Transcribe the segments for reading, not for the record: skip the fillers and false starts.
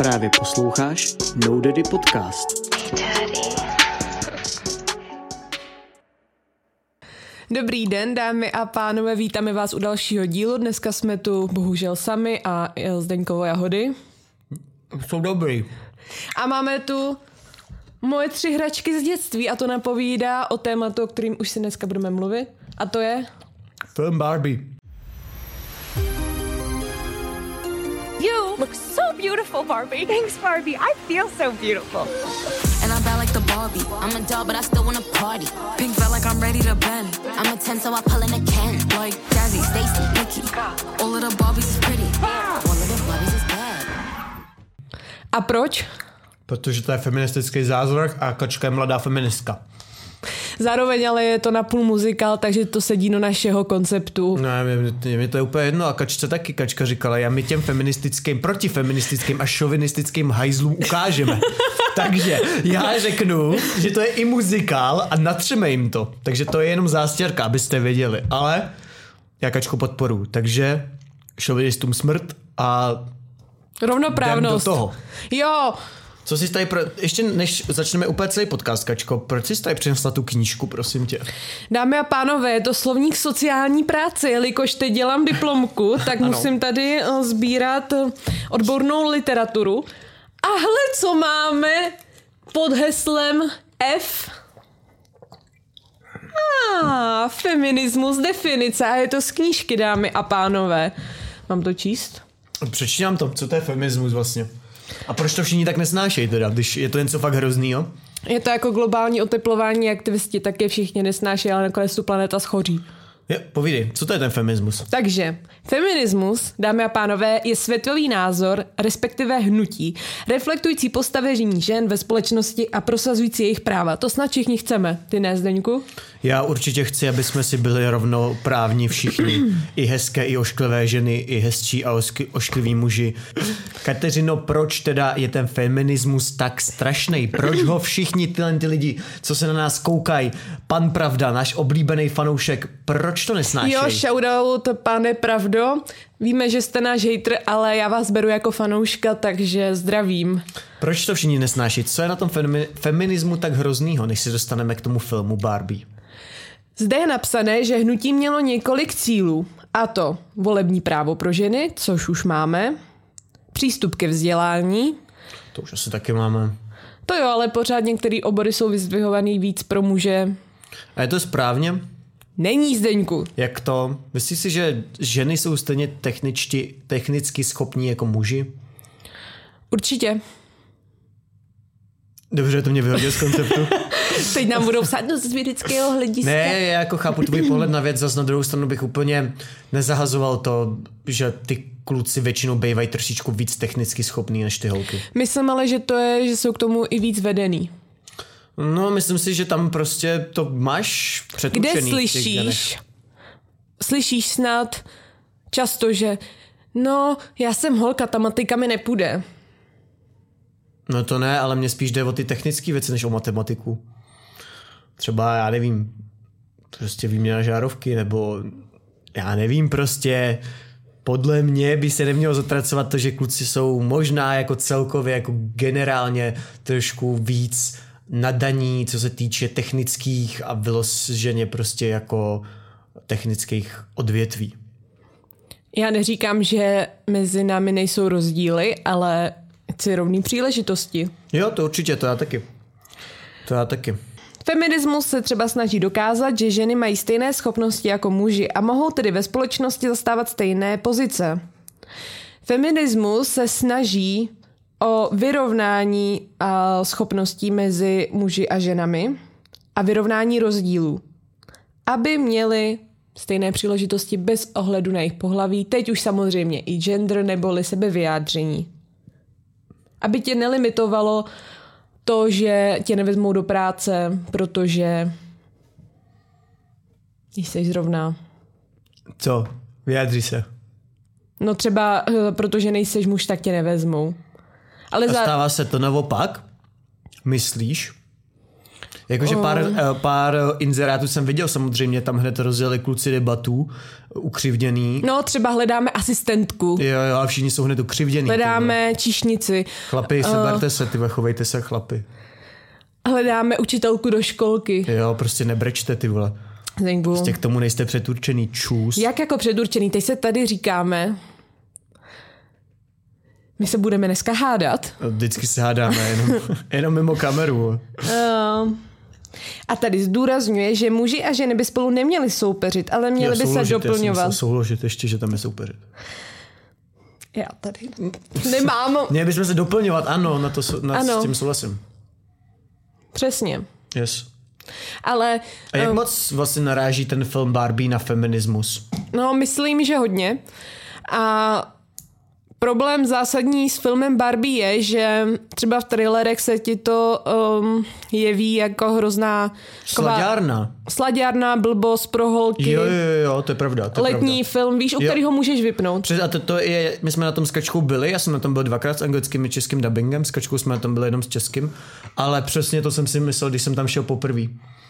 Právě posloucháš No Daddy Podcast. Dobrý den, dámy a pánové, vítáme vás u dalšího dílu. Dneska jsme tu bohužel sami a Zdeňkovo jahody. Jsou dobrý. A máme tu moje 3 hračky z dětství a to napovídá o tématu, o kterým už si dneska budeme mluvit. A to je... Film Barbie. You look so beautiful, Barbie. Thanks, Barbie. I feel so beautiful. And I'm bad like the Barbie. I'm a doll, but I still wanna party. Pink felt like I'm ready to bend. I'm a 10, so I pull in a Ken. Like Jazzy, Stacy, Nikki. All of the Barbies is pretty. All of the Barbies is bad. A proč? Protože to je feministický zázrak a Kačka je mladá feministka. Zároveň ale je to napůl muzikál, takže to sedí do našeho konceptu. No, mi to je úplně jedno a Kačce taky. Kačka říkala, já my těm feministickým, protifeministickým a šovinistickým hajzlům ukážeme. Takže já řeknu, že to je i muzikál a natřeme jim to. Takže to je jenom zástěrka, abyste věděli. Ale já Kačku podporuji. Takže šovinistům smrt a Rovnoprávnost. jdem do toho. Jo. Co jsi tady ještě než začneme úplně celý podcast, Kačko, proč jsi tady přinesla tu knížku, prosím tě? Dámy a pánové, je to slovník sociální práce, jelikož teď dělám diplomku, tak musím tady sbírat odbornou literaturu. A hle, co máme pod heslem F. Feminismus, definice. A je to z knížky, dámy a pánové. Mám to číst? Přečítám to, co to je feminismus vlastně. A proč to všichni tak nesnášejí teda, když je to něco fakt hroznýho? Je to jako globální oteplování, aktivisti taky všichni nesnáší, ale nakonec tu planeta schoří. Povídej, co to je ten feminismus? Takže feminismus, dámy a pánové, je světový názor, respektive hnutí, reflektující postavení žen ve společnosti a prosazující jejich práva. To snad všichni chceme. Ty ne, Zdeňku? Já určitě chci, aby jsme si byli rovnoprávní všichni. I hezké, i ošklivé ženy, i hezčí a oškliví muži. Kateřino, proč teda je ten feminismus tak strašný? Proč ho všichni ty lidi, co se na nás koukají, pan Pravda, náš oblíbený fanoušek, proč to nesnášejí? Jo, shoutout, pane Pravdo. Víme, že jste náš hejtr, ale já vás beru jako fanouška, takže zdravím. Proč to všichni nesnáší? Co je na tom feminismu tak hroznýho, než se dostaneme k tomu filmu Barbie? Zde je napsané, že hnutí mělo několik cílů. A to volební právo pro ženy, což už máme, přístup ke vzdělání. To už asi taky máme. To jo, ale pořád některé obory jsou vyzdvihovaný víc pro muže. A je to správně? Není, Zdeňku. Jak to? Myslíš si, že ženy jsou stejně technicky schopní jako muži? Určitě. Dobře, to mě vyhodil z konceptu. Teď nám budou psát z vědeckého hlediska. Ne, já jako chápu tvůj pohled na věc, zase na druhou stranu bych úplně nezahazoval to, že ty kluci většinou bývají trošičku víc technicky schopný než ty holky. Myslím ale, že to je, že jsou k tomu i víc vedený. No, myslím si, že tam prostě to máš předurčený. Kde slyšíš? Slyšíš snad často, že no, já jsem holka, ta matika mi nepůjde. No to ne, ale mě spíš jde o ty technické věci, než o matematiku. Třeba, já nevím, prostě výměna žárovky, nebo já nevím, prostě podle mě by se nemělo zatracovat to, že kluci jsou možná jako celkově, jako generálně trošku víc nadaní, co se týče technických a vyloženě prostě jako technických odvětví. Já neříkám, že mezi námi nejsou rozdíly, ale chci rovný příležitosti. Jo, to určitě, to já taky. Feminismus se třeba snaží dokázat, že ženy mají stejné schopnosti jako muži a mohou tedy ve společnosti zastávat stejné pozice. Feminismus se snaží o vyrovnání schopností mezi muži a ženami a vyrovnání rozdílů, aby měli stejné příležitosti bez ohledu na jejich pohlaví, teď už samozřejmě i gender neboli sebevyjádření. Aby tě nelimitovalo to, že tě nevezmou do práce, protože jsi zrovna... Co? Vyjádří se. No třeba, protože nejseš muž, tak tě nevezmou. Ale a stává se to naopak? Myslíš? Jakože pár inzerátů jsem viděl, samozřejmě tam hned rozjeli kluci debatu, ukřivděný. No, třeba hledáme asistentku. Jo, a všichni jsou hned ukřivděný. Hledáme číšnici. Chlapi, seberte se, chovejte se, chlapi. Hledáme učitelku do školky. Jo, prostě nebrečte, ty vole. Zdenku. Prostě k tomu nejste předurčený, čus. Jak jako předurčený? Teď se tady říkáme, my se budeme dneska hádat. Vždycky se hádáme, jenom mimo kameru. A tady zdůrazňuje, že muži a ženy by spolu neměli soupeřit, ale měli by se doplňovat. Já souložit ještě, že tam je soupeřit. Já tady nemám. Měli bychom se doplňovat, ano, s tím souhlasím. Přesně. Yes. Ale... A jak moc vlastně naráží ten film Barbie na feminismus? No, myslím, že hodně. A problém zásadní s filmem Barbie je, že třeba v trailerech se ti to jeví jako hrozná... Slaďárna, blbost pro holky. Jo, to je pravda. Letní film, víš, u kterého můžeš vypnout. A to je, my jsme na tom s Kačkou byli, já jsem na tom byl 2krát s anglickým i českým dubbingem, s Kačkou jsme na tom byli jenom s českým, ale přesně to jsem si myslel, když jsem tam šel poprvé.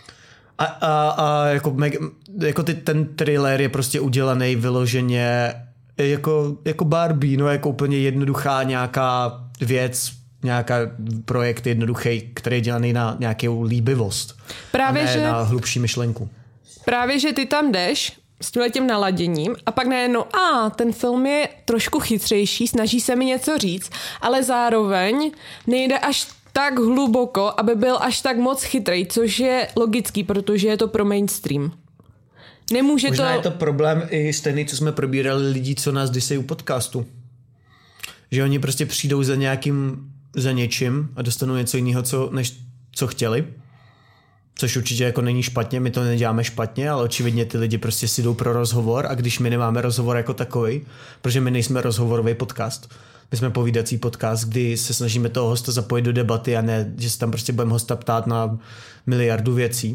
A jako ten trailer je prostě udělaný vyloženě jako Barbie, no jako úplně jednoduchá nějaká věc, nějaká projekt jednoduchý, který je dělaný na nějakou líbivost. Právě, a ne že na hlubší myšlenku. Právě, že ty tam jdeš s tím naladěním a pak najednou, ten film je trošku chytřejší, snaží se mi něco říct, ale zároveň nejde až tak hluboko, aby byl až tak moc chytrej, což je logický, protože je to pro mainstream. Možná je to problém i stejný, co jsme probírali lidí, co nás disejí u podcastu. Že oni prostě přijdou za něčím a dostanou něco jiného, než co chtěli. Což určitě jako není špatně, my to neděláme špatně, ale očividně ty lidi prostě si jdou pro rozhovor a když my nemáme rozhovor jako takový, protože my nejsme rozhovorový podcast, my jsme povídací podcast, kdy se snažíme toho hosta zapojit do debaty a ne, že se tam prostě budeme hosta ptát na miliardu věcí,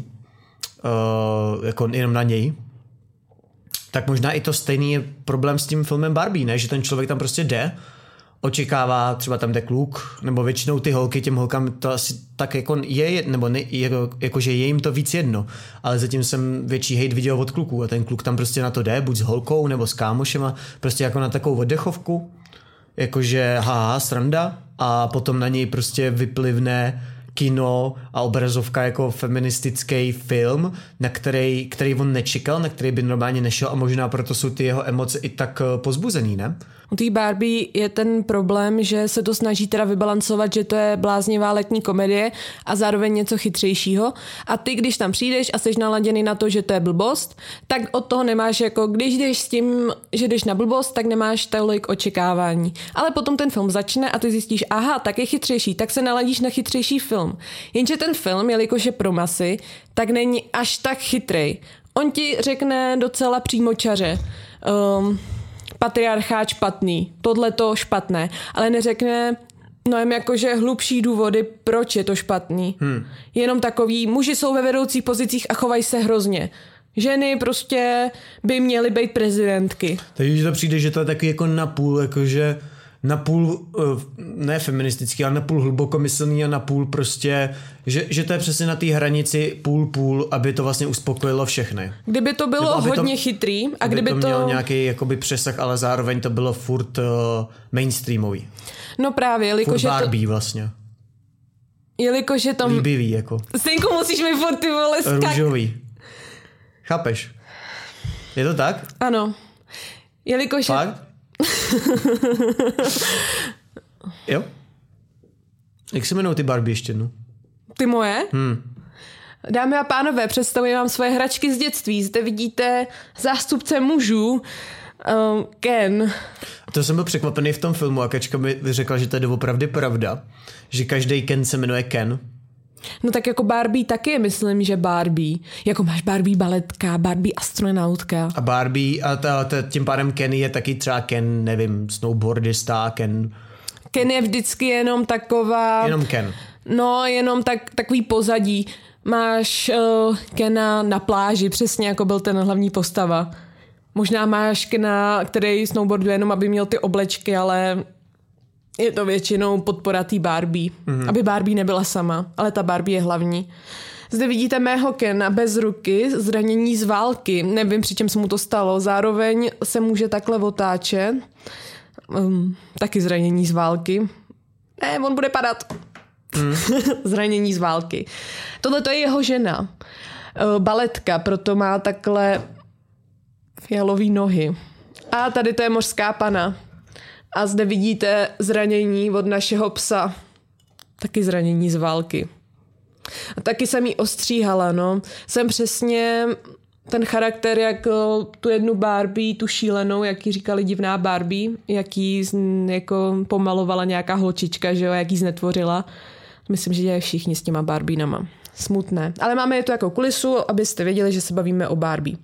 jako jenom na něj. Tak možná i to stejný je problém s tím filmem Barbie, ne? Že ten člověk tam prostě jde, očekává, třeba tam jde kluk, nebo většinou ty holky, těm holkám to asi tak jako je, nebo ne, jakože je jim to víc jedno, ale zatím jsem větší hejt viděl od kluků a ten kluk tam prostě na to jde, buď s holkou, nebo s kámošema, prostě jako na takovou oddechovku, jakože sranda a potom na něj prostě vyplivne kino a obrazovka jako feministický film, na který on nečekal, na který by normálně nešel a možná proto jsou ty jeho emoce i tak pozbuzený, ne? U té Barbie je ten problém, že se to snaží teda vybalancovat, že to je bláznivá letní komedie a zároveň něco chytřejšího. A ty, když tam přijdeš a jsi naladěný na to, že to je blbost, tak od toho nemáš jako, když jdeš s tím, že jdeš na blbost, tak nemáš tolik očekávání. Ale potom ten film začne a ty zjistíš, tak je chytřejší, tak se naladíš na chytřejší film. Jenže ten film, jelikož je pro masy, tak není až tak chytrej. On ti řekne docela přímočaře, patriarchát špatný, tohleto špatné, ale neřekne jakože hlubší důvody, proč je to špatný. Jenom takový, muži jsou ve vedoucích pozicích a chovají se hrozně. Ženy prostě by měly být prezidentky. Takže to přijde, že to je taky jako napůl, jakože napůl, ne feministický, ale napůl hlubokomyslný a napůl prostě, že to je přesně na té hranici půl, aby to vlastně uspokojilo všechny. Kdyby to bylo hodně chytrý a kdyby to mělo nějaký jakoby přesah, ale zároveň to bylo furt mainstreamový. No právě, jelikož furt Barbie vlastně. Jelikož je tam... Líbivý jako. Stejnko musíš mi furt ty vole růžový. Chápeš? Je to tak? Ano. Jelikož... Fakt? Jo? Jak se jmenou ty Barbie ještě jednou? Ty moje? Dámy a pánové, představuji vám svoje hračky z dětství. Zde vidíte zástupce mužů, Ken. A to jsem byl překvapený v tom filmu a Kačka mi řekla, že to je doopravdy pravda, že každý Ken se jmenuje Ken. No tak jako Barbie taky myslím, že Barbie. Jako máš Barbie baletka, Barbie astronautka. A Barbie a tím pádem Ken je taky třeba Ken, nevím, snowboardista, Ken. Ken je vždycky jenom taková... Jenom Ken. No, jenom takový pozadí. Máš Kena na pláži, přesně jako byl ten hlavní postava. Možná máš Kena, který snowboarduje jenom, aby měl ty oblečky, ale je to většinou podpora té Barbie. Aby Barbie nebyla sama, ale ta Barbie je hlavní. Zde vidíte mého Kena bez ruky, zranění z války. Nevím, při čem se mu to stalo. Zároveň se může takhle otáčet. Taky zranění z války. Ne, on bude padat. Zranění z války. Tohle to je jeho žena. Baletka, proto má takhle fialový nohy. A tady to je mořská pana. A zde vidíte zranění od našeho psa. Taky zranění z války. A taky jsem jí ostříhala, no. Jsem přesně ten charakter, jak tu jednu Barbie, tu šílenou, jak jí říkali divná Barbie, jak jí jako pomalovala nějaká holčička, že jo, jak jí znetvořila. Myslím, že dělají všichni s těma Barbínama. Smutné. Ale máme je tu jako kulisu, abyste věděli, že se bavíme o Barbie.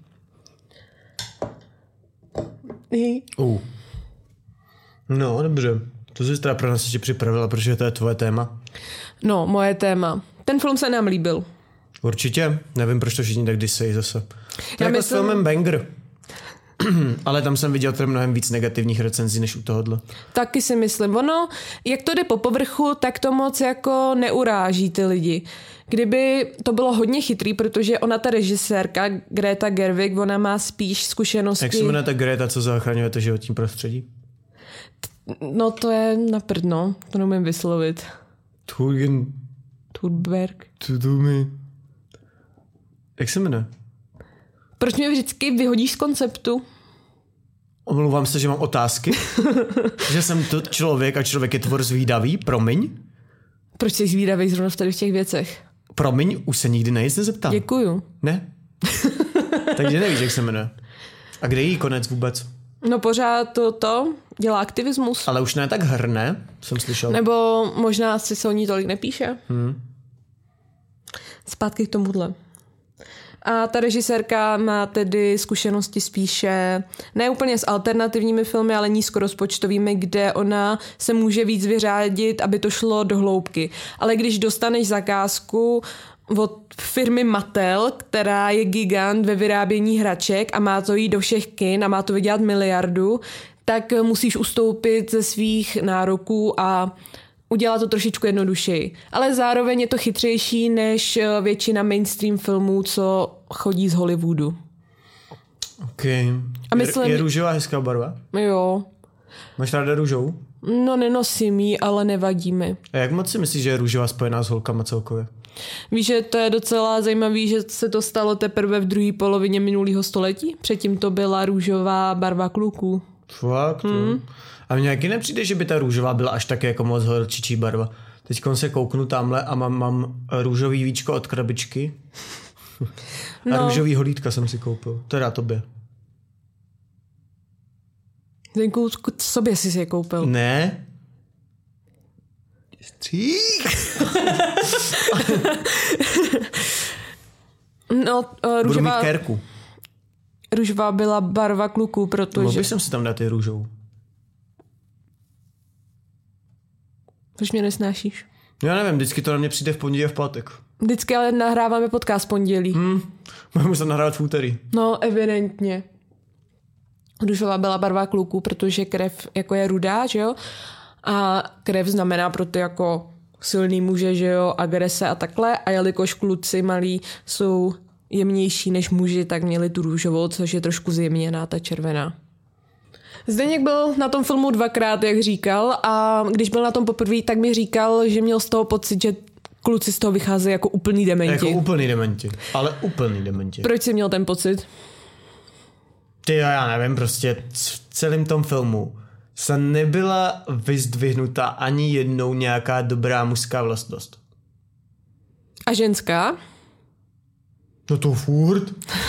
No, dobře. To jsi teda pro nás ještě připravila, protože to je tvoje téma. No, moje téma. Ten film se nám líbil. Určitě. Nevím, proč to všichni tak disej zase. To jako s filmem Banger. Ale tam jsem viděl teda mnohem víc negativních recenzí než u tohohle. Taky si myslím. Ono, jak to jde po povrchu, tak to moc jako neuráží ty lidi. Kdyby to bylo hodně chytrý, protože ona ta režisérka Greta Gerwig, ona má spíš zkušenosti... Jak se jmenuje ta Greta, co zachraňuje to životní prostředí? No to je na prdno, to neumím vyslovit. Thunberg. Jak se jmenuje? Proč mě vždycky vyhodíš z konceptu? Omlouvám se, že mám otázky. Že jsem to člověk a člověk je tvor zvídavý, promiň. Proč jsi zvídavý zrovna v těch věcech? Promiň, už se nikdy na nic nezeptal. Děkuju. Ne? Takže nevíš, jak se jmenuje. A kde je jí konec vůbec? No pořád to dělá aktivismus. Ale už ne tak hrne, jsem slyšel. Nebo možná si se o ní tolik nepíše. Zpátky k tomuhle. A ta režisérka má tedy zkušenosti spíše ne úplně s alternativními filmy, ale nízkorozpočtovými, kde ona se může víc vyřádit, aby to šlo do hloubky. Ale když dostaneš zakázku od firmy Mattel, která je gigant ve vyrábění hraček a má to jít do všech kin a má to vydělat miliardu, tak musíš ustoupit ze svých nároků a udělat to trošičku jednodušeji. Ale zároveň je to chytřejší než většina mainstream filmů, co chodí z Hollywoodu. Okay. A myslím, je růžová hezká barva? Jo. Máš ráda růžovou? No nenosím jí, ale nevadí mi. A jak moc si myslíš, že je růžová spojená s holkama celkově? Víš, že to je docela zajímavé, že se to stalo teprve v druhé polovině minulého století? Předtím to byla růžová barva kluků. Fakt? A mně taky nepřijde, že by ta růžová byla až tak jako moc horčičí barva. Teď se kouknu tamhle a mám růžový víčko od krabičky. A růžový holítka jsem si koupil. Teda tobě. Zdenku, sobě jsi je koupil. Ne. Střík. No, růžová... Budu mít kérku. Růžová byla barva kluků, protože... Mohl bych si tam dát i růžovou. Proč mě nesnášíš? Já nevím, vždycky to na mě přijde v pondělí a v pátek. Vždycky ale nahráváme podcast pondělí. Můžeme se nahrávat v úterý. No, evidentně. Růžová byla barva kluků, protože krev jako je rudá, že jo? A krev znamená pro ty jako silný muže, že jo? Agrese a takhle. A jelikož kluci malí jsou jemnější než muži, tak měli tu růžovou, což je trošku zjemněná, ta červená. Zdeněk byl na tom filmu 2krát, jak říkal, a když byl na tom poprvé, tak mi říkal, že měl z toho pocit, že kluci z toho vycházejí jako úplný dementi. Jako úplný dementi, ale úplný dementi. Proč jsi měl ten pocit? Ty já nevím, prostě v celém tom filmu se nebyla vyzdvihnuta ani jednou nějaká dobrá mužská vlastnost. A ženská? No to furt.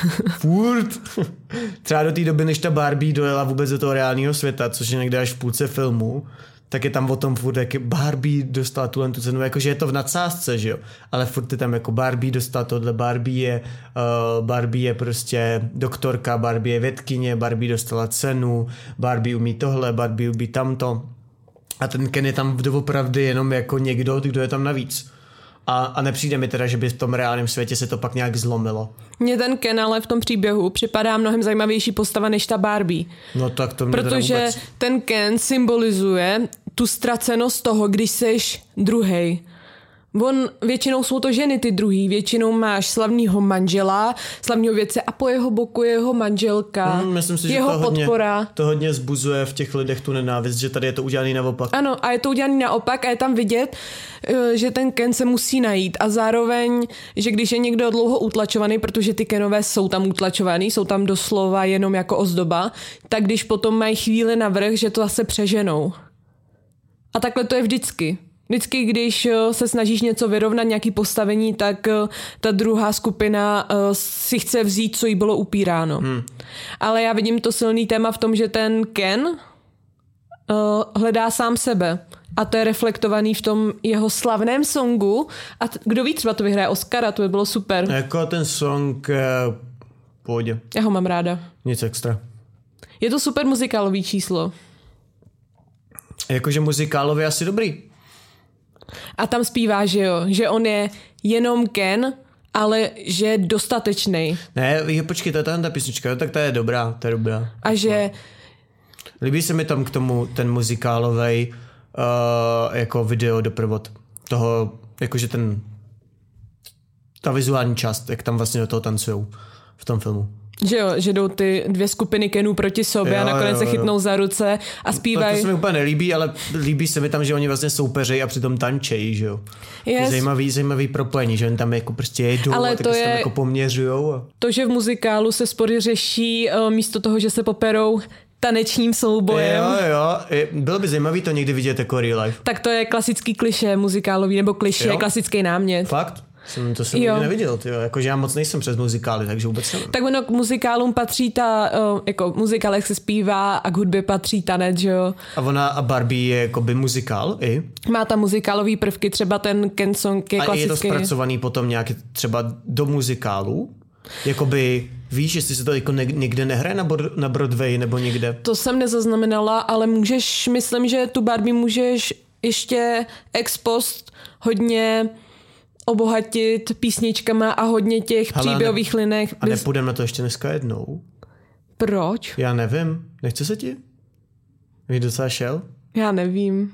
Třeba do té doby, než ta Barbie dojela vůbec do toho reálného světa, což je někde až v půlce filmu, tak je tam o tom furt, jak Barbie dostala tu cenu, jakože je to v nadsázce, že jo, ale furt je tam jako Barbie dostala tohle, Barbie je prostě doktorka, Barbie je vědkyně, Barbie dostala cenu, Barbie umí tohle, Barbie umí tamto a ten Ken je tam doopravdy jenom jako někdo, kdo je tam navíc. A nepřijde mi teda, že by v tom reálném světě se to pak nějak zlomilo. Mně ten Ken ale v tom příběhu připadá mnohem zajímavější postava než ta Barbie. No tak to mě protože vůbec... ten Ken symbolizuje tu ztracenost toho, když seš druhej. Většinou jsou to ženy ty druhý, většinou máš slavného manžela, slavného vědce a po jeho boku je jeho manželka, myslím si, jeho že podpora. To hodně zbuzuje v těch lidech tu nenávist, že tady je to udělaný naopak. Ano, a je to udělaný naopak a je tam vidět, že ten Ken se musí najít a zároveň, že když je někdo dlouho utlačovaný, protože ty Kenové jsou tam utlačovaný, jsou tam doslova jenom jako ozdoba, tak když potom mají chvíli navrch, že to zase přeženou. A takhle to je vždycky. Vždycky, když se snažíš něco vyrovnat, nějaký postavení, tak ta druhá skupina si chce vzít, co jí bylo upíráno. Ale já vidím to silný téma v tom, že ten Ken hledá sám sebe. A to je reflektovaný v tom jeho slavném songu. A kdo ví, třeba to vyhraje Oscara, to by bylo super. Jako ten song pohodě. Já ho mám ráda. Nic extra. Je to super muzikálový číslo. Jakože muzikálově asi dobrý. A tam zpívá, že jo, že on je jenom Ken, ale že je dostatečný. Ne, počkej, to je ta písnička, tak to je dobrá. A že... Líbí se mi tam k tomu ten muzikálovej jako video doprovod toho, jakože ta vizuální část, jak tam vlastně do toho tancujou v tom filmu. Že jo, že jdou ty dvě skupiny Kenů proti sobě a nakonec se chytnou za ruce a zpívají. To se mi úplně nelíbí, ale líbí se mi tam, že oni vlastně soupeřejí a přitom tančejí, že jo. Yes. Zajímavý propojení, že oni tam jako prostě jedou ale a tak se tam jako poměřujou. A... To, že v muzikálu se spory řeší místo toho, že se poperou tanečním soubojem. Jo. Bylo by zajímavý to někdy vidět jako real life. Tak to je klasický klišé muzikálový, nebo klišé, klasický námět. Fakt? To jsem nikdy neviděl, tyjo. Jakože já moc nejsem přes muzikály, takže vůbec nevím. Tak ono k muzikálům patří jako muzikálek se zpívá a k hudbě patří tanec, že jo. A Barbie je jakoby muzikál i? Má tam muzikálový prvky, třeba ten Ken song je klasický. A je to zpracovaný potom nějak třeba do muzikálu? Jakoby, víš, jestli se to jako někde nehraje na Broadway nebo někde? To jsem nezaznamenala, ale myslím, že tu Barbie můžeš ještě ex post hodně obohatit písničkama a hodně těch příběhových linek. A nepůjdeme na to ještě dneska jednou? Proč? Já nevím. Nechce se ti? Víš, docela šel? Já nevím.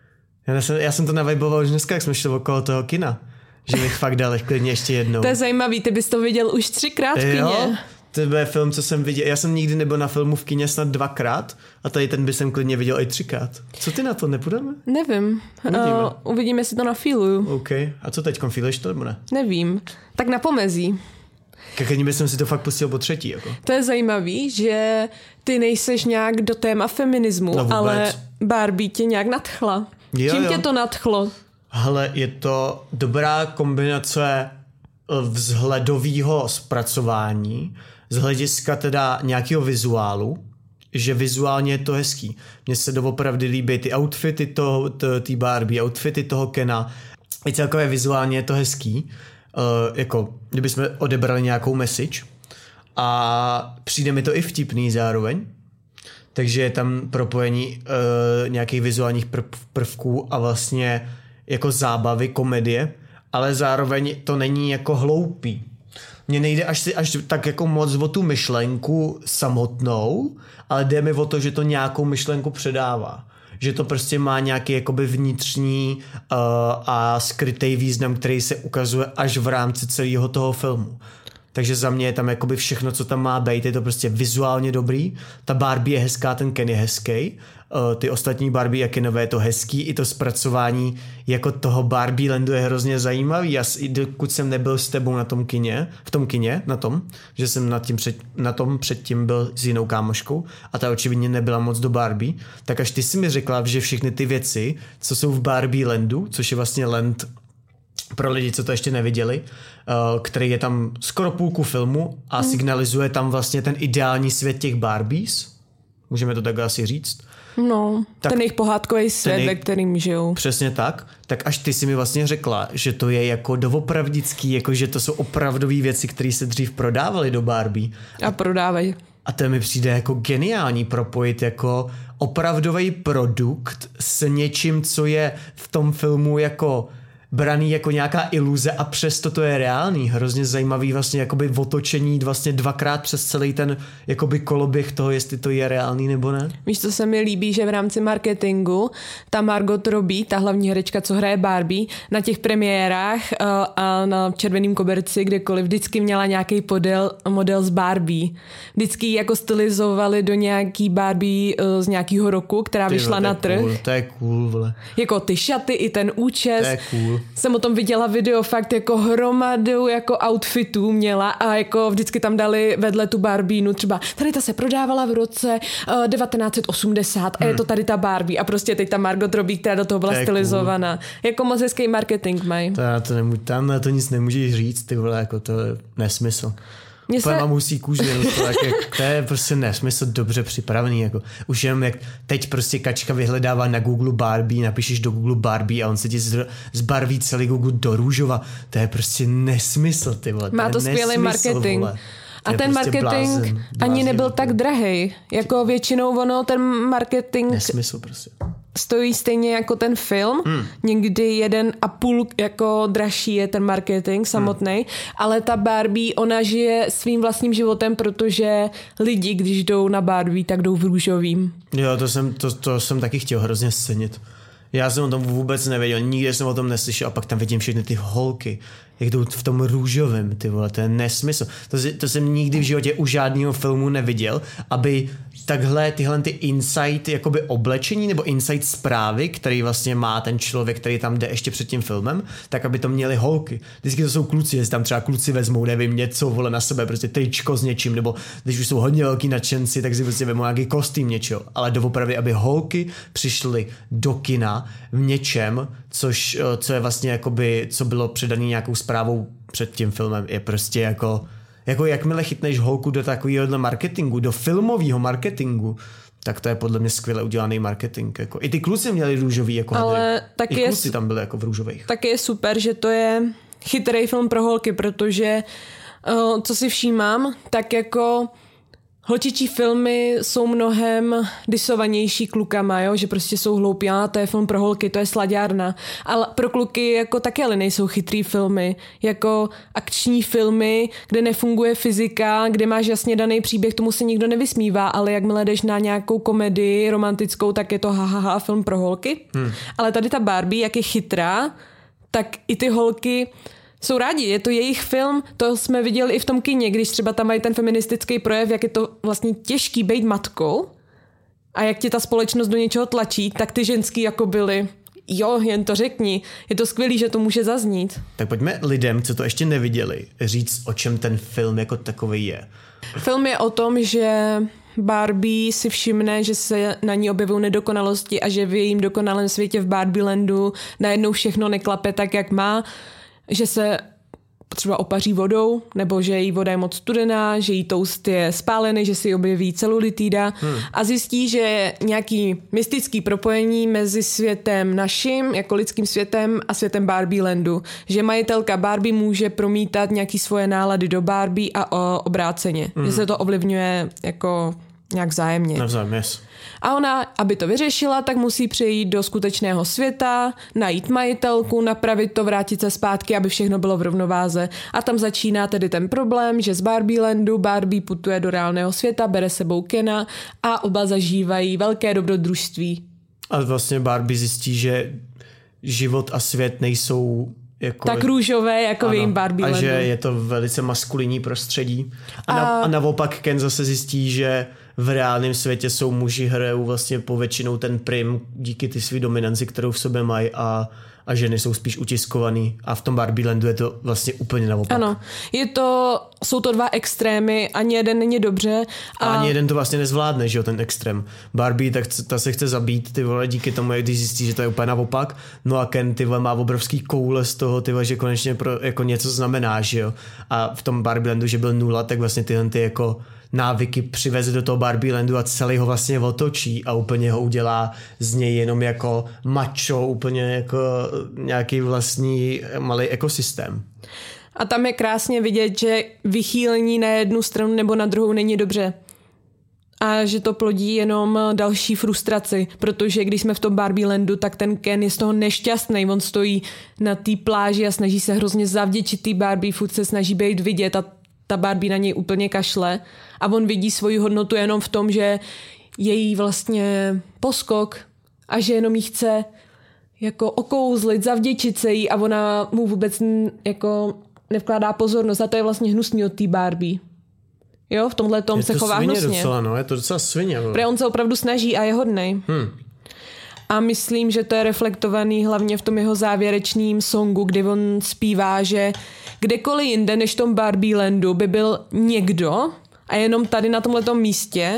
Já jsem to navajboval už dneska, jak jsme šli okolo toho kina. Že bych fakt dal klidně ještě jednou. To je zajímavý, ty bys to viděl už 3krát v kině. Jo? To je film, co jsem viděl. Já jsem nikdy nebyl na filmu v kině snad 2krát a tady ten by jsem klidně viděl i 3krát. Co ty na to, nepůjdeme? Nevím. Uvidíme, jestli to nafíluju. OK. A co teďkon, fíluješ to nebo ne? Nevím. Tak na pomezí. Klidně bych si to fakt pustil po třetí. Jako. To je zajímavý, že ty nejseš nějak do téma feminismu, ale Barbie tě nějak nadchla. Čím tě to nadchlo? Hele, je to dobrá kombinace vzhledového zpracování z hlediska teda nějakého vizuálu, že vizuálně je to hezký. Mně se doopravdy líbí ty outfity té Barbie, outfity toho Kena. I celkově vizuálně je to hezký. Jako kdybychom odebrali nějakou message. A přijde mi to i vtipný zároveň. Takže je tam propojení nějakých vizuálních prvků a vlastně jako zábavy, komedie, ale zároveň to není jako hloupý. Mně nejde až tak jako moc o tu myšlenku samotnou, ale jde mi o to, že to nějakou myšlenku předává. Že to prostě má nějaký jakoby vnitřní a skrytý význam, který se ukazuje až v rámci celého toho filmu. Takže za mě je tam jakoby všechno, co tam má být, je to prostě vizuálně dobrý. Ta Barbie je hezká, ten Ken je hezký. Ty ostatní Barbie a Kenové je to hezký. I to zpracování jako toho Barbie Landu je hrozně zajímavý. Dokud jsem nebyl s tebou na tom, že jsem na tom předtím byl s jinou kámoškou a ta očividně nebyla moc do Barbie, tak až ty si mi řekla, že všechny ty věci, co jsou v Barbie Landu, což je vlastně land pro lidi, co to ještě neviděli, který je tam skoro půlku filmu a signalizuje tam vlastně ten ideální svět těch Barbies. Můžeme to tak asi říct. No, tak ten jejich pohádkový svět, ve kterým žijou. Přesně tak. Tak až ty si mi vlastně řekla, že to je jako doopravdický, jako že to jsou opravdové věci, které se dřív prodávaly do Barbie. A prodávají. A to mi přijde jako geniální propojit jako opravdový produkt s něčím, co je v tom filmu jako braný jako nějaká iluze a přesto to je reálný. Hrozně zajímavý vlastně jakoby otočení vlastně 2krát přes celý ten jakoby koloběh toho, jestli to je reálný nebo ne. Víš, co se mi líbí, že v rámci marketingu ta Margot Robbie, ta hlavní herečka, co hraje Barbie, na těch premiérách a na červeném koberci, kdekoliv, vždycky měla nějaký model z Barbie. Vždycky jako stylizovali do nějaký Barbie z nějakého roku, která vyšla na trh. Cool, to je cool, vole. Jako ty šaty i ten účes. To je cool. Jsem o tom viděla video, fakt jako hromadu jako outfitů měla a jako vždycky tam dali vedle tu Barbienu třeba tady ta se prodávala v roce 1980 a je to tady ta Barbie a prostě teď ta Margot Robbie, která do toho byla stylizovaná. Cool. Jako moc hezký marketing mají. Tam na to nic nemůžeš říct, ty vole, jako to je nesmysl. Úplně musí kůži, to je prostě nesmysl dobře připravený. Jako. Už jenom jak teď prostě Kačka vyhledává na Google Barbie, napíšeš do Google Barbie a on se ti zbarví celý Google do růžova. To je prostě nesmysl, ty vole. Má to skvělý marketing. Vole. A ten prostě marketing blázen, ani nebyl tak drahej. Jako většinou ono, ten marketing nesmysl prostě. Stojí stejně jako ten film. Někdy 1,5 jako dražší je ten marketing samotný, ale ta Barbie, ona žije svým vlastním životem, protože lidi, když jdou na Barbie, tak jdou v růžovým. Jo, to jsem taky chtěl hrozně scenit. Já jsem o tom vůbec nevěděl, nikdy jsem o tom neslyšel a pak tam vidím všechny ty holky, jak jdou v tom růžovém, ty vole, to je nesmysl. To jsem nikdy v životě u žádného filmu neviděl, aby takhle tyhle ty insight jakoby oblečení nebo insight zprávy, který vlastně má ten člověk, který tam jde ještě před tím filmem, tak aby to měli holky. Vždycky to jsou kluci, jestli tam třeba kluci vezmou, nevím, něco, vole, na sebe, prostě tričko s něčím, nebo když už jsou hodně velký nadšenci, tak si prostě vezmou nějaký kostým něčeho, ale doopravdy, aby holky přišly do kina v něčem, co je vlastně jakoby, co bylo předaný nějakou zprávou před tím filmem, je prostě jako jakmile chytneš holku do takového marketingu, do filmového marketingu, tak to je podle mě skvěle udělaný marketing. Jako. I ty kluci měli růžový jako ale i kluci tam byli jako v růžových. Tak je super, že to je chytrý film pro holky, protože co si všímám, tak jako holčičí filmy jsou mnohem disovanější klukama, jo? Že prostě jsou hloupí, a to je film pro holky, to je slaďárna. Ale pro kluky jako taky ale nejsou chytrý filmy, jako akční filmy, kde nefunguje fyzika, kde máš jasně daný příběh, tomu se nikdo nevysmívá, ale jakmile jdeš na nějakou komedii romantickou, tak je to hahaha film pro holky. Ale tady ta Barbie, jak je chytrá, tak i ty holky jsou rádi, je to jejich film, to jsme viděli i v tom kině, když třeba tam mají ten feministický projev, jak je to vlastně těžký být matkou a jak ti ta společnost do něčeho tlačí, tak ty ženský jako byly, jo, jen to řekni, je to skvělý, že to může zaznít. Tak pojďme lidem, co to ještě neviděli, říct, o čem ten film jako takový je. Film je o tom, že Barbie si všimne, že se na ní objevují nedokonalosti a že v jejím dokonalém světě v Barbielandu najednou všechno neklape tak, jak má, že se třeba opaří vodou, nebo že její voda je moc studená, že jí toast je spálený, že si objeví celulitída a zjistí, že je nějaký mystický propojení mezi světem naším, jako lidským světem a světem Barbielandu. Že majitelka Barbie může promítat nějaký svoje nálady do Barbie a obráceně. Že se to ovlivňuje jako nějak vzájemně. Navzájem, yes. A ona, aby to vyřešila, tak musí přejít do skutečného světa, najít majitelku, napravit to, vrátit se zpátky, aby všechno bylo v rovnováze. A tam začíná tedy ten problém, že z Barbielandu Barbie putuje do reálného světa, bere sebou Kena a oba zažívají velké dobrodružství. A vlastně Barbie zjistí, že život a svět nejsou jako tak růžové, jako v jejím Barbielandu. A že je to velice maskulinní prostředí. A naopak Ken zase zjistí, že v reálném světě jsou muži, hrajou vlastně povětšinou ten prim díky ty svý dominanci, kterou v sobě mají a ženy jsou spíš utiskovaný a v tom Barbielandu je to vlastně úplně naopak. Ano, jsou to dva extrémy, ani jeden není dobře. A ani jeden to vlastně nezvládne, že jo, ten extrém. Barbie, tak ta se chce zabít, ty vole, díky tomu, jak když zjistí, že to je úplně naopak. No a Ken, ty vole, má obrovský koule z toho, ty vole, že konečně jako něco znamená, že jo. A v tom Barbielandu, že byl 0, tak vlastně tyhle ty jako návyky přiveze do toho Barbielandu a celý ho vlastně otočí a úplně ho udělá z něj jenom jako macho, úplně jako nějaký vlastní malý ekosystém. A tam je krásně vidět, že vychýlení na jednu stranu nebo na druhou není dobře. A že to plodí jenom další frustraci, protože když jsme v tom Barbie Landu, tak ten Ken je z toho nešťastný. On stojí na té pláži a snaží se hrozně zavděčit té Barbie, furt se snaží být vidět a ta Barbie na něj úplně kašle. A on vidí svoji hodnotu jenom v tom, že je jí vlastně poskok a že jenom jí chce jako okouzlit, zavděčit se jí a ona mu vůbec jako nevkládá pozornost. A to je vlastně hnusný od té Barbie. Jo, v tomhle tom se chová hnusně. Docela, no, je to docela svině. Protože on se opravdu snaží a je hodnej. A myslím, že to je reflektovaný hlavně v tom jeho závěrečným songu, kdy on zpívá, že kdekoliv jinde než v tom Barbie Landu by byl někdo a jenom tady na tomhletom místě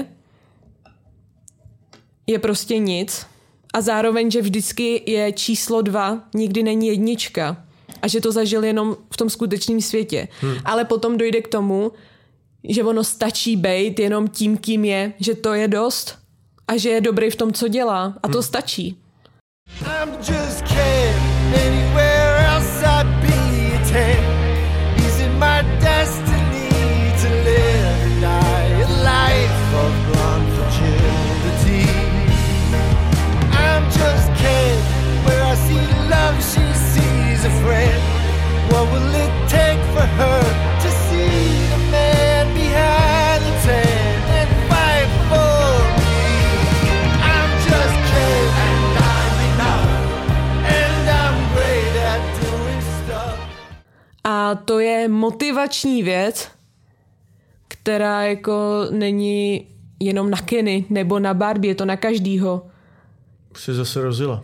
je prostě nic. A zároveň, že vždycky je číslo 2, nikdy není jednička. A že to zažil jenom v tom skutečném světě. Ale potom dojde k tomu, že ono stačí bejt jenom tím, kým je, že to je dost a že je dobrý v tom, co dělá. A to stačí. I'm just kidding, anywhere else I'd be a 10. Is it my destiny to live and die a life of blonde fragility? I'm just kidding, where I see love, she sees a friend. What will it take for her to see the man behind the tent and fight for me? I'm just kidding and I'm enough and I'm great at doing stuff. A to je motivační věc, která jako není jenom na Kenny nebo na Barbie, je to na každýho. Už se zase rozjela.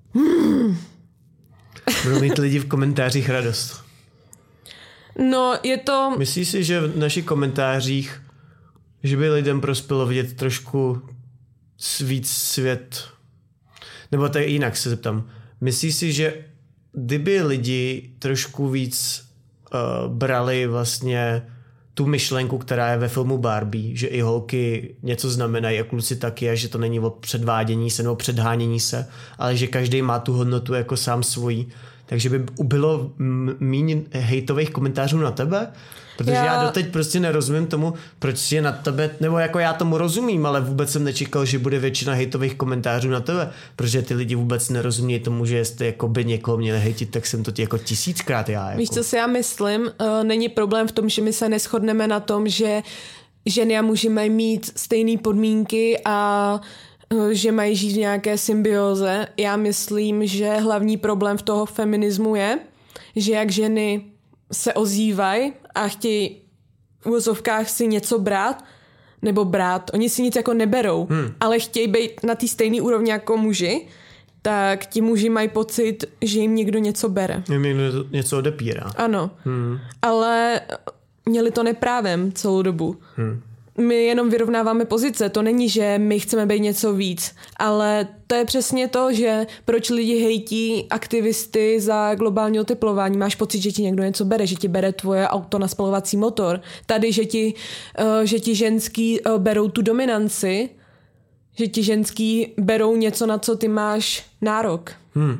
Budou mít lidi v komentářích radost. No, je to... Myslíš si, že v našich komentářích, že by lidem prospělo vidět trošku víc svět? Nebo tak jinak se zeptám. Myslíš si, že kdyby lidi trošku víc brali vlastně tu myšlenku, která je ve filmu Barbie, že i holky něco znamenají a kluci taky a že to není o předvádění se nebo předhánění se, ale že každý má tu hodnotu jako sám svojí, takže by bylo méně hejtových komentářů na tebe? Protože já doteď prostě nerozumím tomu, proč je na tebe, nebo jako já tomu rozumím, ale vůbec jsem nečekal, že bude většina hejtových komentářů na tebe, protože ty lidi vůbec nerozumějí tomu, že jestli jako by někoho měli hejtit, tak jsem to ti jako 1000krát já. Jako. Víš, co si já myslím? Není problém v tom, že my se neshodneme na tom, že ženy a muži mají mít stejné podmínky a že mají žít v nějaké symbioze. Já myslím, že hlavní problém v toho feminismu je, že jak ženy se ozývají a chtějí v úvozovkách si něco brát, oni si nic jako neberou, ale chtějí být na té stejné úrovni jako muži, tak ti muži mají pocit, že jim někdo něco bere. Jim někdo něco odepírá. Ano, ale měli to neprávem celou dobu. My jenom vyrovnáváme pozice, to není, že my chceme být něco víc, ale to je přesně to, že proč lidi hejtí aktivisty za globální oteplování. Máš pocit, že ti někdo něco bere, že ti bere tvoje auto na spalovací motor. Tady, že ti ženský berou tu dominanci, že ti ženský berou něco, na co ty máš nárok.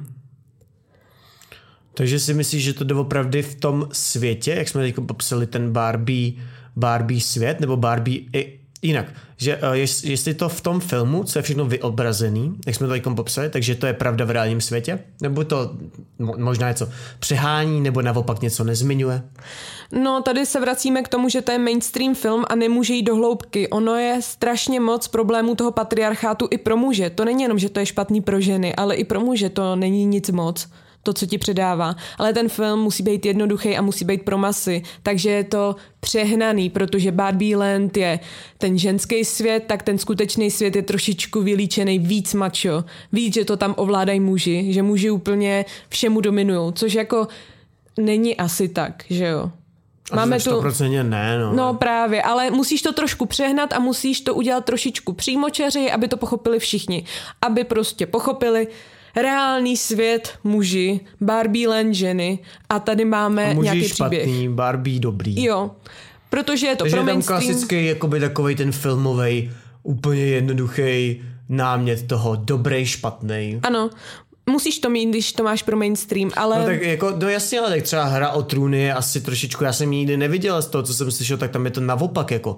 Takže si myslíš, že to doopravdy v tom světě, jak jsme teď popsali ten Barbie svět, nebo Barbie jinak, že jestli to v tom filmu, co je všechno vyobrazený, jak jsme to teď popsali, takže to je pravda v reálním světě, nebo to možná něco přehání, nebo naopak něco nezmiňuje? No, tady se vracíme k tomu, že to je mainstream film a nemůže jít do hloubky. Ono je strašně moc problémů toho patriarchátu i pro muže. To není jenom, že to je špatný pro ženy, ale i pro muže to není nic moc. To, co ti předává. Ale ten film musí být jednoduchý a musí být pro masy. Takže je to přehnaný, protože Barbie Land je ten ženský svět, tak ten skutečný svět je trošičku vylíčený víc macho. Víc, že to tam ovládají muži, že muži úplně všemu dominujou, což jako není asi tak, že jo. Máme tu 100% ne, no. No právě, ale musíš to trošku přehnat a musíš to udělat trošičku přímočaři, aby to pochopili všichni. Aby prostě pochopili reálný svět muži, Barbie Land ženy a tady máme nějaký příběh. Špatný, Barbie dobrý. Jo, protože je to pro mainstream. Takže je tam klasický jakoby takovej ten filmovej, úplně jednoduchý námět toho dobrý, špatný. Ano, musíš to mít, když to máš pro mainstream, ale... No tak jako, no jasně, ale tak třeba Hra o trůny je asi trošičku, já jsem ji nikdy neviděla z toho, co jsem slyšel, tak tam je to naopak jako.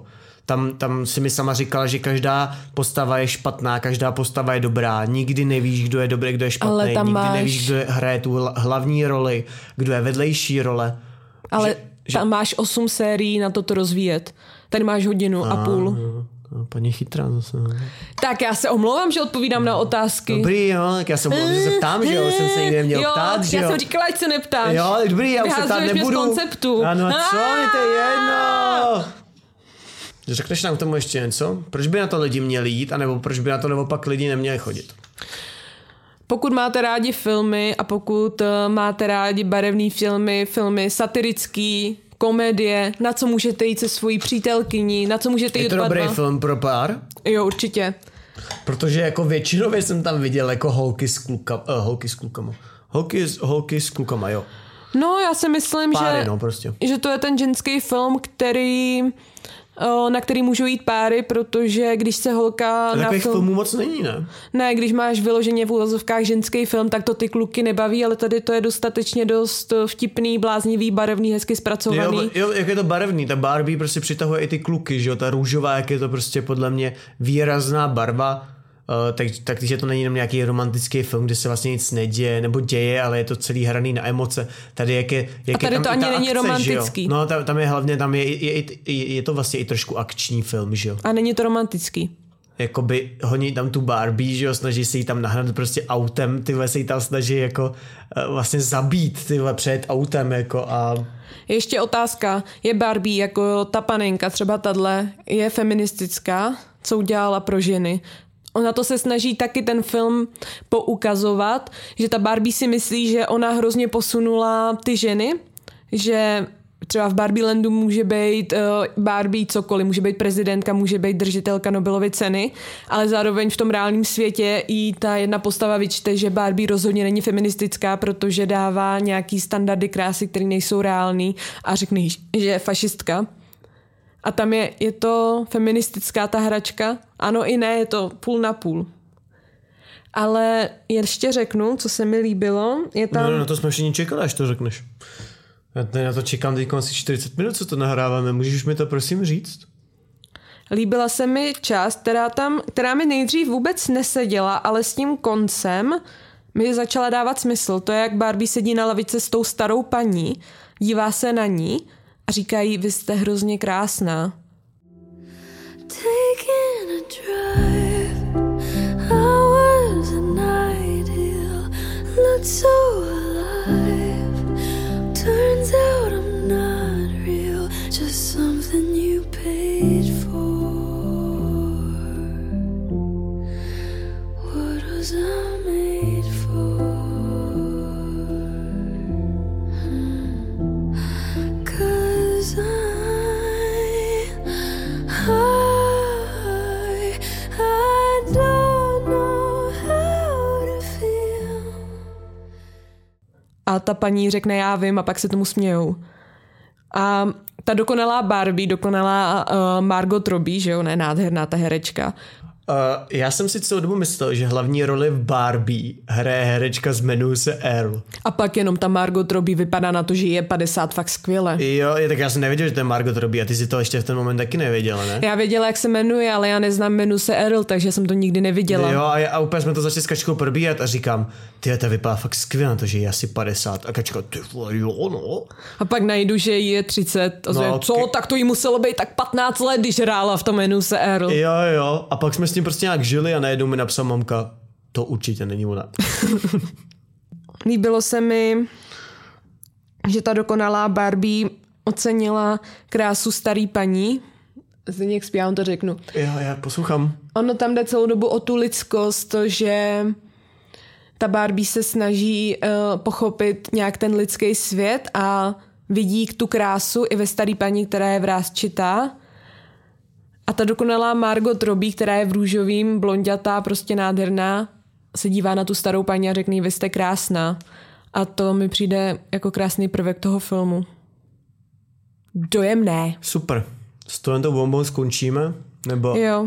Tam si mi sama říkala, že každá postava je špatná, každá postava je dobrá. Nikdy nevíš, kdo je dobrý, kdo je špatný. Nikdy nevíš, kdo hraje tu hlavní roli, kdo je vedlejší role. Ale tam máš 8 sérií na to rozvíjet. Tady máš 1.5 hodiny. Paní chytrá zase. Tak já se omlouvám, že odpovídám na otázky. Dobrý, jo, tak já se omlouvám, že se ptám, že jo, jsem se nikdy neměl ptát, že jo. Já jsem říkala, ať se neptáš. Jo, dobrý, já už se ptát nebudu. Mě z konceptu. Ano, a co, mi to je jedno. Řekneš nám k tomu ještě něco? Proč by na to lidi měli jít, anebo proč by na to naopak lidi neměli chodit? Pokud máte rádi filmy a pokud máte rádi barevné filmy satirický, komedie, na co můžete jít se svojí přítelkyní, na co můžete jít. Je to dobrý film pro pár? Jo, určitě. Protože jako většinově jsem tam viděl jako holky s klukama, jo. No, já si myslím, páry, prostě. Že to je ten ženský film, na který můžou jít páry, protože když se holka na takových film... filmů moc není, ne? Ne, když máš vyloženě v úvozovkách ženský film, tak to ty kluky nebaví, ale tady to je dostatečně dost vtipný, bláznivý, barevný, hezky zpracovaný. Jo, jak je to barevný, ta Barbie prostě přitahuje i ty kluky, že jo, ta růžová, jak je to prostě podle mě výrazná barva, tak když to není jenom nějaký romantický film, kde se vlastně nic neděje nebo děje, ale je to celý hraný na emoce. Tady jak je a tady tam to ani není akce, romantický. No tam je hlavně, je to vlastně i trošku akční film, že jo. A není to romantický. Jakoby honí tam tu Barbie, že jo, snaží se jí tam nahnat prostě autem, tyhle se jí tam snaží jako vlastně zabít, tyhle před autem jako a... Ještě otázka, je Barbie jako ta panenka, třeba tadle, je feministická, co udělala pro ženy? Ona to se snaží taky ten film poukazovat, že ta Barbie si myslí, že ona hrozně posunula ty ženy, že třeba v Barbielandu může být Barbie cokoliv, může být prezidentka, může být držitelka Nobelovy ceny, ale zároveň v tom reálném světě i ta jedna postava vyčte, že Barbie rozhodně není feministická, protože dává nějaký standardy krásy, které nejsou reální a řekne, že je fašistka. A tam je to feministická ta hračka? Ano i ne, je to půl na půl. Ale ještě řeknu, co se mi líbilo. Je tam... No, to jsme všichni čekali, až to řekneš. Já na to čekám teď asi 40 minut, co to nahráváme. Můžeš mi to prosím říct? Líbila se mi část, která mi nejdřív vůbec neseděla, ale s tím koncem mi začala dávat smysl. To je, jak Barbie sedí na lavice s tou starou paní, dívá se na ní a říkají, vy jste hrozně krásná. Taking a drive, I was an ideal, looked so alive. Turns out I'm not real, just something you paid for. What was I made for? I don't know how to feel. A ta paní řekne, já vím, a pak se tomu smějou. A ta dokonalá Barbie, dokonalá Margot Robbie, že jo, ne, nádherná ta herečka. Já jsem si celou dobu myslel, že hlavní roli v Barbie hraje herečka z Jmenuje se Earl. A pak jenom ta Margot Robbie vypadá na to, že je 50 fakt skvěle. Jo, tak já jsem nevěděl, že to je Margot Robbie a ty si to ještě v ten moment taky nevěděla, ne? Já věděla, jak se jmenuje, ale já neznám Jmenuje se Earl, takže jsem to nikdy neviděla. Jo, a úplně jsme to začali s Kačkou probíhat a říkám, ta vypadá fakt skvěle na to, že je asi 50. A Kačka, ty vole, jo, no. A pak najdu, že jí je 30. A no, co, tak to jí muselo být tak 15 let, když hrála v tom Jmenuje se Earl. Jo. A pak jsme s tím prostě nějak žili a najednou mi napsala mamka, to určitě není ona. Líbilo se mi, že ta dokonalá Barbie ocenila krásu starý paní. Zdeněk zpívám, to řeknu. Já poslouchám. Ono tam jde celou dobu o tu lidskost, že ta Barbie se snaží pochopit nějak ten lidský svět a vidí tu krásu i ve starý paní, která je vrásčitá. A ta dokonalá Margot Robbie, která je v růžovým, blonďatá, prostě nádherná, se dívá na tu starou paní a řekne, vy jste krásná. A to mi přijde jako krásný prvek toho filmu. Dojemné. Super. S touto bombou skončíme? Nebo... Jo.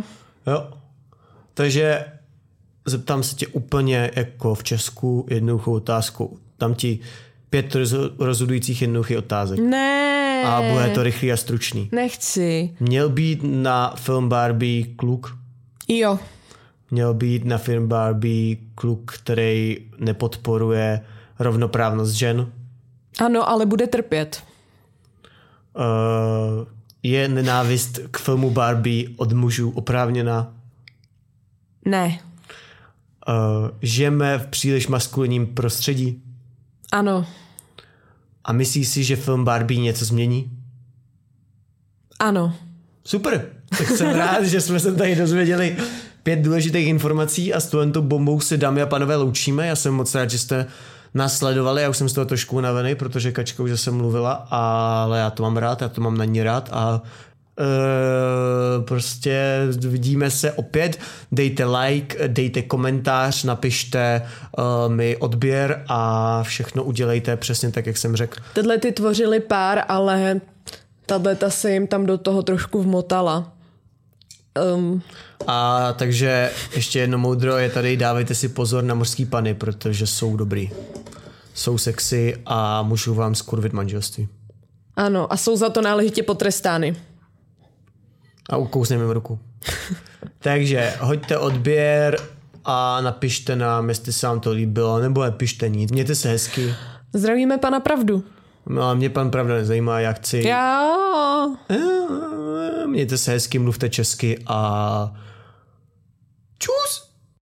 Takže zeptám se tě úplně jako v Česku jednoduchou otázku. Dám ti 5 rozhodujících jednoduchých otázek. Ne. A bude to rychlý a stručný. Nechci. Měl být na film Barbie kluk. Jo. Měl být na film Barbie kluk, který nepodporuje rovnoprávnost žen. Ano, ale bude trpět. Je nenávist k filmu Barbie od mužů oprávněná? Ne. Žijeme v příliš maskulinním prostředí? Ano. A myslíš si, že film Barbie něco změní? Ano. Super. Tak jsem rád, že jsme se tady dozvěděli 5 důležitých informací a s touto bombou se, dámy a pánové, loučíme. Já jsem moc rád, že jste nás sledovali, já už jsem z toho trošku unavený, protože Kačka už zase mluvila, ale já to mám rád, já to mám na ní rád a prostě vidíme se opět, dejte like, dejte komentář, napište mi odběr a všechno udělejte přesně tak, jak jsem řekl. Tyhle ty tvořili pár, ale tato se jim tam do toho trošku vmotala. A takže ještě jedno moudro je tady, dávejte si pozor na mořský pany, protože jsou dobrý. Jsou sexy a můžou vám skurvit manželství. Ano, a jsou za to náležitě potrestány. A ukousneme v ruku. Takže hoďte odběr a napište nám, jestli se vám to líbilo, nebo nepište nic. Mějte se hezky. Zdravíme pana Pravdu. No a mě pan Pravda nezajímá, jak chci. Jo. Mějte se hezky, mluvte česky a čus.